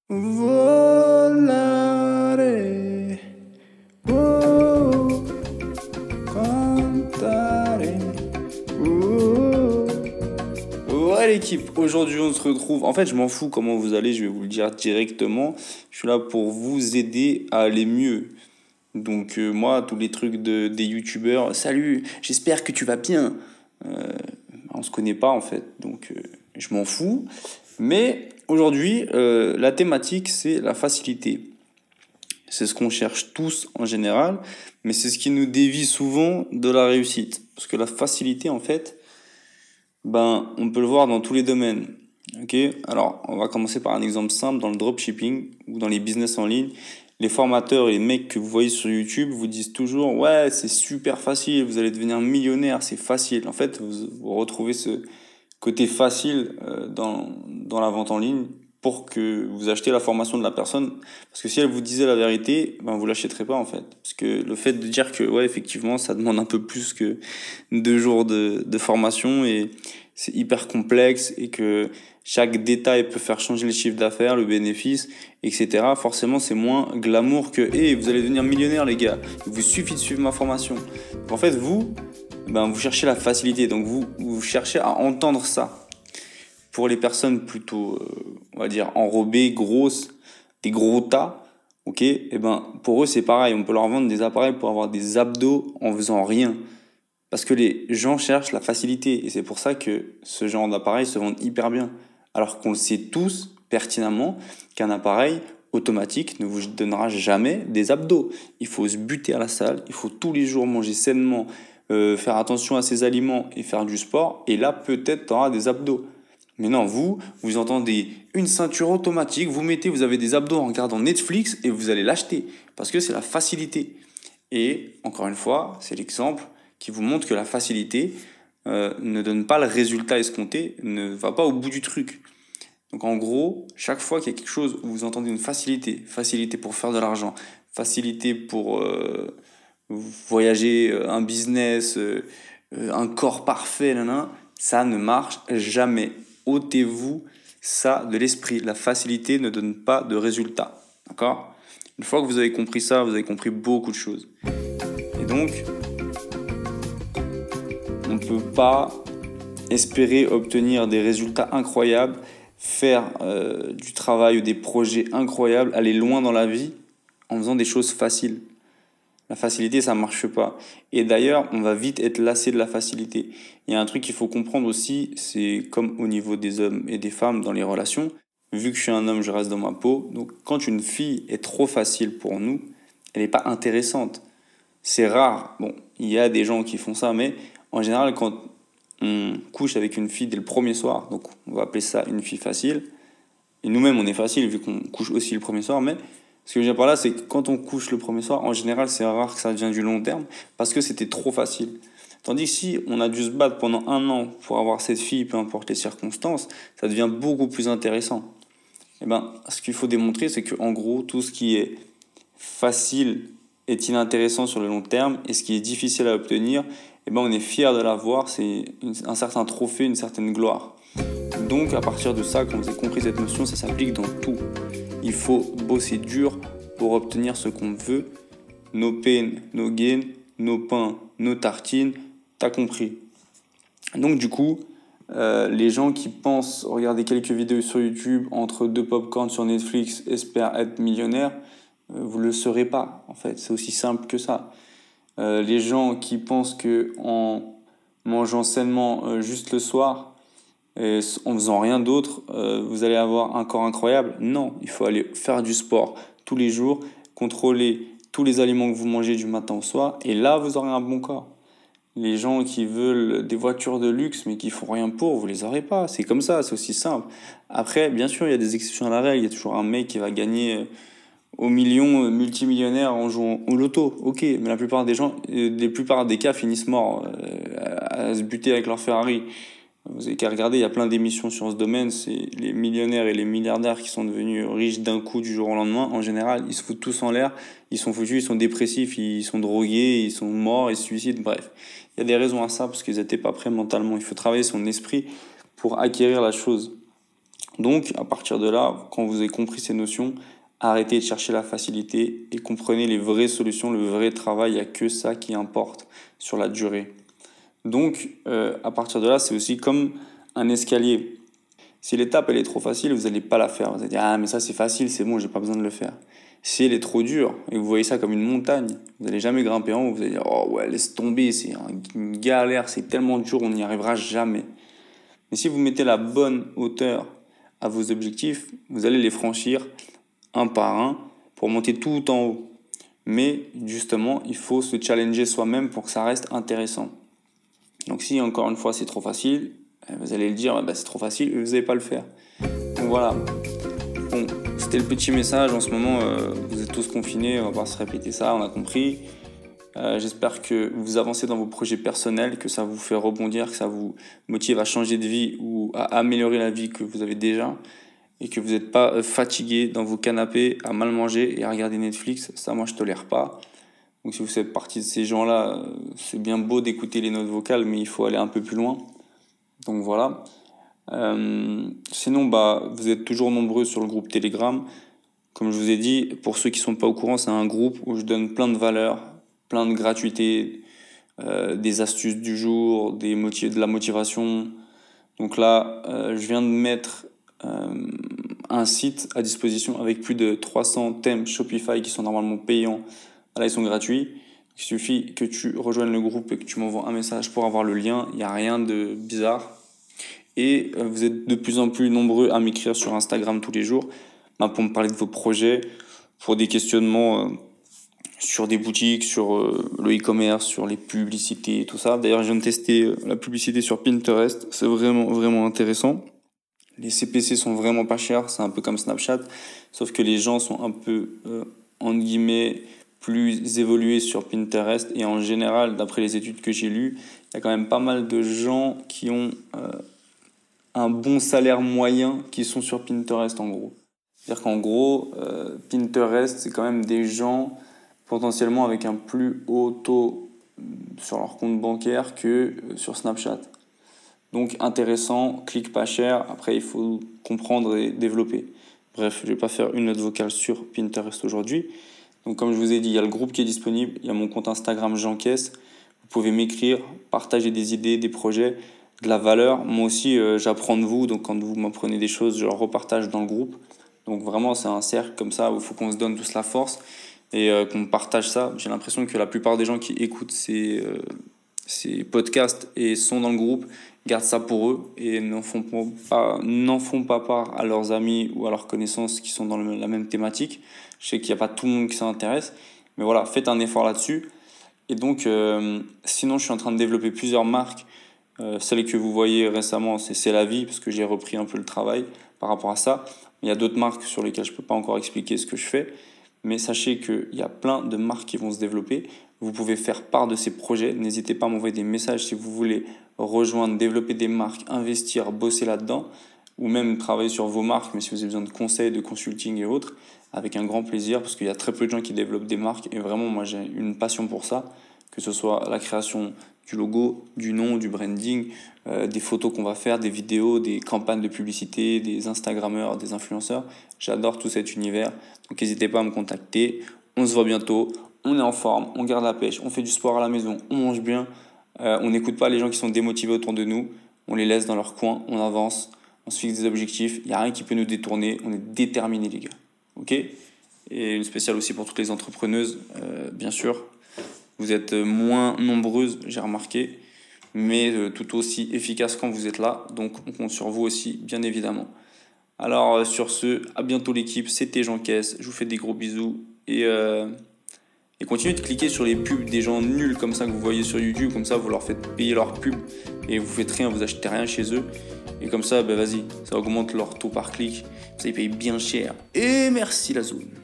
Volare, oh, cantare, oh. Ouais l'équipe, aujourd'hui on se retrouve. En fait, je m'en fous comment vous allez, je vais vous le dire directement. Je suis là pour vous aider à aller mieux. Donc moi, tous les trucs des youtubeurs, salut, j'espère que tu vas bien. Euh, on se connaît pas en fait, donc je m'en fous. Mais aujourd'hui, la thématique, c'est la facilité. C'est ce qu'on cherche tous en général, mais c'est ce qui nous dévie souvent de la réussite. Parce que la facilité, en fait, ben, on peut le voir dans tous les domaines. Ok? Alors, on va commencer par un exemple simple dans le dropshipping ou dans les business en ligne. Les formateurs et les mecs que vous voyez sur YouTube vous disent toujours, ouais, c'est super facile, vous allez devenir millionnaire, c'est facile. En fait, vous retrouvez ce côté facile dans la vente en ligne pour que vous achetiez la formation de la personne. Parce que si elle vous disait la vérité, ben vous l'achèterez pas en fait. Parce que le fait de dire que ouais, effectivement, ça demande un peu plus que 2 jours de formation et c'est hyper complexe et que chaque détail peut faire changer le chiffre d'affaires, le bénéfice, etc. Forcément, c'est moins glamour que hey, vous allez devenir millionnaire les gars. Il vous suffit de suivre ma formation. Donc, en fait, vous cherchez la facilité. Donc vous cherchez à entendre ça. Pour les personnes plutôt, on va dire, enrobées, grosses, des gros tas, ok, et pour eux c'est pareil. On peut leur vendre des appareils pour avoir des abdos en faisant rien. Parce que les gens cherchent la facilité. Et c'est pour ça que ce genre d'appareil se vend hyper bien. Alors qu'on le sait tous pertinemment qu'un appareil automatique ne vous donnera jamais des abdos. Il faut se buter à la salle, il faut tous les jours manger sainement, faire attention à ses aliments et faire du sport. Et là, peut-être tu auras des abdos. Mais non, vous entendez une ceinture automatique, vous avez des abdos en regardant Netflix et vous allez l'acheter. Parce que c'est la facilité. Et encore une fois, c'est l'exemple qui vous montre que la facilité ne donne pas le résultat escompté, ne va pas au bout du truc. Donc en gros, chaque fois qu'il y a quelque chose où vous entendez une facilité, facilité pour faire de l'argent, facilité pour voyager, un business, un corps parfait, ça ne marche jamais. Ôtez-vous ça de l'esprit. La facilité ne donne pas de résultat. D'accord ? Une fois que vous avez compris ça, vous avez compris beaucoup de choses. Et donc, on ne peut pas espérer obtenir des résultats incroyables, faire du travail ou des projets incroyables, aller loin dans la vie en faisant des choses faciles. La facilité, ça ne marche pas. Et d'ailleurs, on va vite être lassé de la facilité. Il y a un truc qu'il faut comprendre aussi, c'est comme au niveau des hommes et des femmes dans les relations. Vu que je suis un homme, je reste dans ma peau. Donc quand une fille est trop facile pour nous, elle n'est pas intéressante. C'est rare. Bon, il y a des gens qui font ça, mais en général, quand on couche avec une fille dès le premier soir, donc on va appeler ça une fille facile, et nous-mêmes on est facile vu qu'on couche aussi le premier soir, mais ce que je veux dire par là, c'est que quand on couche le premier soir, en général, c'est rare que ça devienne du long terme, parce que c'était trop facile. Tandis que si on a dû se battre pendant 1 an pour avoir cette fille, peu importe les circonstances, ça devient beaucoup plus intéressant. Et ce qu'il faut démontrer, c'est qu'en gros, tout ce qui est facile est inintéressant sur le long terme, et ce qui est difficile à obtenir, on est fier de l'avoir, c'est un certain trophée, une certaine gloire. Donc à partir de ça, quand vous avez compris cette notion, ça s'applique dans tout. Il faut bosser dur pour obtenir ce qu'on veut. No pain, no gain, no pain, no tartine, t'as compris. Donc du coup, les gens qui pensent regarder quelques vidéos sur YouTube, entre 2 pop-corn sur Netflix, espèrent être millionnaires, vous ne le serez pas, en fait. C'est aussi simple que ça. Les gens qui pensent que en mangeant sainement juste le soir, et en faisant rien d'autre, vous allez avoir un corps incroyable. Non, il faut aller faire du sport tous les jours, contrôler tous les aliments que vous mangez du matin au soir, et là, vous aurez un bon corps. Les gens qui veulent des voitures de luxe, mais qui font rien pour, vous les aurez pas. C'est comme ça, c'est aussi simple. Après, bien sûr, il y a des exceptions à la règle. Il y a toujours un mec qui va gagner au million, multimillionnaire en jouant au loto. Ok, mais la plupart des cas finissent morts à se buter avec leur Ferrari. Vous avez qu'à regarder, il y a plein d'émissions sur ce domaine. C'est les millionnaires et les milliardaires qui sont devenus riches d'un coup du jour au lendemain. En général, ils se foutent tous en l'air. Ils sont foutus, ils sont dépressifs, ils sont drogués, ils sont morts, ils se suicident. Bref, il y a des raisons à ça parce qu'ils n'étaient pas prêts mentalement. Il faut travailler son esprit pour acquérir la chose. Donc, à partir de là, quand vous avez compris ces notions, arrêtez de chercher la facilité et comprenez les vraies solutions, le vrai travail. Il n'y a que ça qui importe sur la durée. Donc, à partir de là, c'est aussi comme un escalier. Si l'étape elle est trop facile, vous n'allez pas la faire. Vous allez dire, ah mais ça c'est facile, c'est bon, j'ai pas besoin de le faire. Si elle est trop dure et que vous voyez ça comme une montagne, vous n'allez jamais grimper en haut. Vous allez dire, oh ouais, laisse tomber, c'est une galère, c'est tellement dur, on n'y arrivera jamais. Mais si vous mettez la bonne hauteur à vos objectifs, vous allez les franchir un par un pour monter tout en haut. Mais justement, il faut se challenger soi-même pour que ça reste intéressant. Donc si encore une fois c'est trop facile, vous allez le dire, c'est trop facile et vous n'allez pas le faire. Donc voilà. Bon, c'était le petit message. En ce moment, vous êtes tous confinés, on va pas se répéter ça, on a compris. J'espère que vous avancez dans vos projets personnels, que ça vous fait rebondir, que ça vous motive à changer de vie ou à améliorer la vie que vous avez déjà et que vous n'êtes pas fatigué dans vos canapés à mal manger et à regarder Netflix. Ça, moi, je tolère pas. Donc si vous faites partie de ces gens-là, c'est bien beau d'écouter les notes vocales, mais il faut aller un peu plus loin. Donc voilà. Sinon, vous êtes toujours nombreux sur le groupe Telegram. Comme je vous ai dit, pour ceux qui ne sont pas au courant, c'est un groupe où je donne plein de valeurs, plein de gratuités, des astuces du jour, de la motivation. Donc là, je viens de mettre un site à disposition avec plus de 300 thèmes Shopify qui sont normalement payants. Là, ils sont gratuits. Il suffit que tu rejoignes le groupe et que tu m'envoies un message pour avoir le lien. Il n'y a rien de bizarre. Et vous êtes de plus en plus nombreux à m'écrire sur Instagram tous les jours pour me parler de vos projets, pour des questionnements sur des boutiques, sur le e-commerce, sur les publicités, tout ça. D'ailleurs, je viens de tester la publicité sur Pinterest. C'est vraiment, vraiment intéressant. Les CPC sont vraiment pas chers. C'est un peu comme Snapchat. Sauf que les gens sont un peu, entre guillemets, plus évolués sur Pinterest. Et en général, d'après les études que j'ai lues, il y a quand même pas mal de gens qui ont un bon salaire moyen qui sont sur Pinterest en gros. C'est-à-dire qu'en gros, Pinterest, c'est quand même des gens potentiellement avec un plus haut taux sur leur compte bancaire que sur Snapchat. Donc intéressant, clic pas cher, après il faut comprendre et développer. Bref, je vais pas faire une note vocale sur Pinterest aujourd'hui. Donc comme je vous ai dit, il y a le groupe qui est disponible, il y a mon compte Instagram Jean-Caisse. Vous pouvez m'écrire, partager des idées, des projets, de la valeur. Moi aussi, j'apprends de vous, donc quand vous m'apprenez des choses, je le repartage dans le groupe. Donc vraiment, c'est un cercle comme ça où il faut qu'on se donne tous la force et qu'on partage ça. J'ai l'impression que la plupart des gens qui écoutent ces podcasts et sont dans le groupe gardent ça pour eux et n'en font pas part à leurs amis ou à leurs connaissances qui sont dans la même thématique. Je sais qu'il n'y a pas tout le monde qui s'intéresse, mais voilà, faites un effort là-dessus. Et donc, sinon, je suis en train de développer plusieurs marques. Celle que vous voyez récemment, c'est la vie, parce que j'ai repris un peu le travail par rapport à ça. Il y a d'autres marques sur lesquelles je ne peux pas encore expliquer ce que je fais. Mais sachez qu'il y a plein de marques qui vont se développer. Vous pouvez faire part de ces projets. N'hésitez pas à m'envoyer des messages si vous voulez rejoindre, développer des marques, investir, bosser là-dedans, ou même travailler sur vos marques, mais si vous avez besoin de conseils, de consulting et autres, avec un grand plaisir, parce qu'il y a très peu de gens qui développent des marques. Et vraiment, moi, j'ai une passion pour ça, que ce soit la création du logo, du nom, du branding, des photos qu'on va faire, des vidéos, des campagnes de publicité, des Instagrammeurs, des influenceurs. J'adore tout cet univers. Donc n'hésitez pas à me contacter. On se voit bientôt. On est en forme, on garde la pêche, on fait du sport à la maison, on mange bien. On n'écoute pas les gens qui sont démotivés autour de nous. On les laisse dans leur coin, on avance, on se fixe des objectifs. Il n'y a rien qui peut nous détourner. On est déterminés, les gars. Ok ? Et une spéciale aussi pour toutes les entrepreneuses, bien sûr. Vous êtes moins nombreuses, j'ai remarqué, mais tout aussi efficaces quand vous êtes là. Donc, on compte sur vous aussi, bien évidemment. Alors, sur ce, à bientôt l'équipe. C'était Jean-Caisse. Je vous fais des gros bisous. Et continuez de cliquer sur les pubs des gens nuls comme ça que vous voyez sur YouTube. Comme ça, vous leur faites payer leurs pubs et vous faites rien, vous achetez rien chez eux. Et comme ça, vas-y, ça augmente leur taux par clic. Ça, ils payent bien cher. Et merci la zone.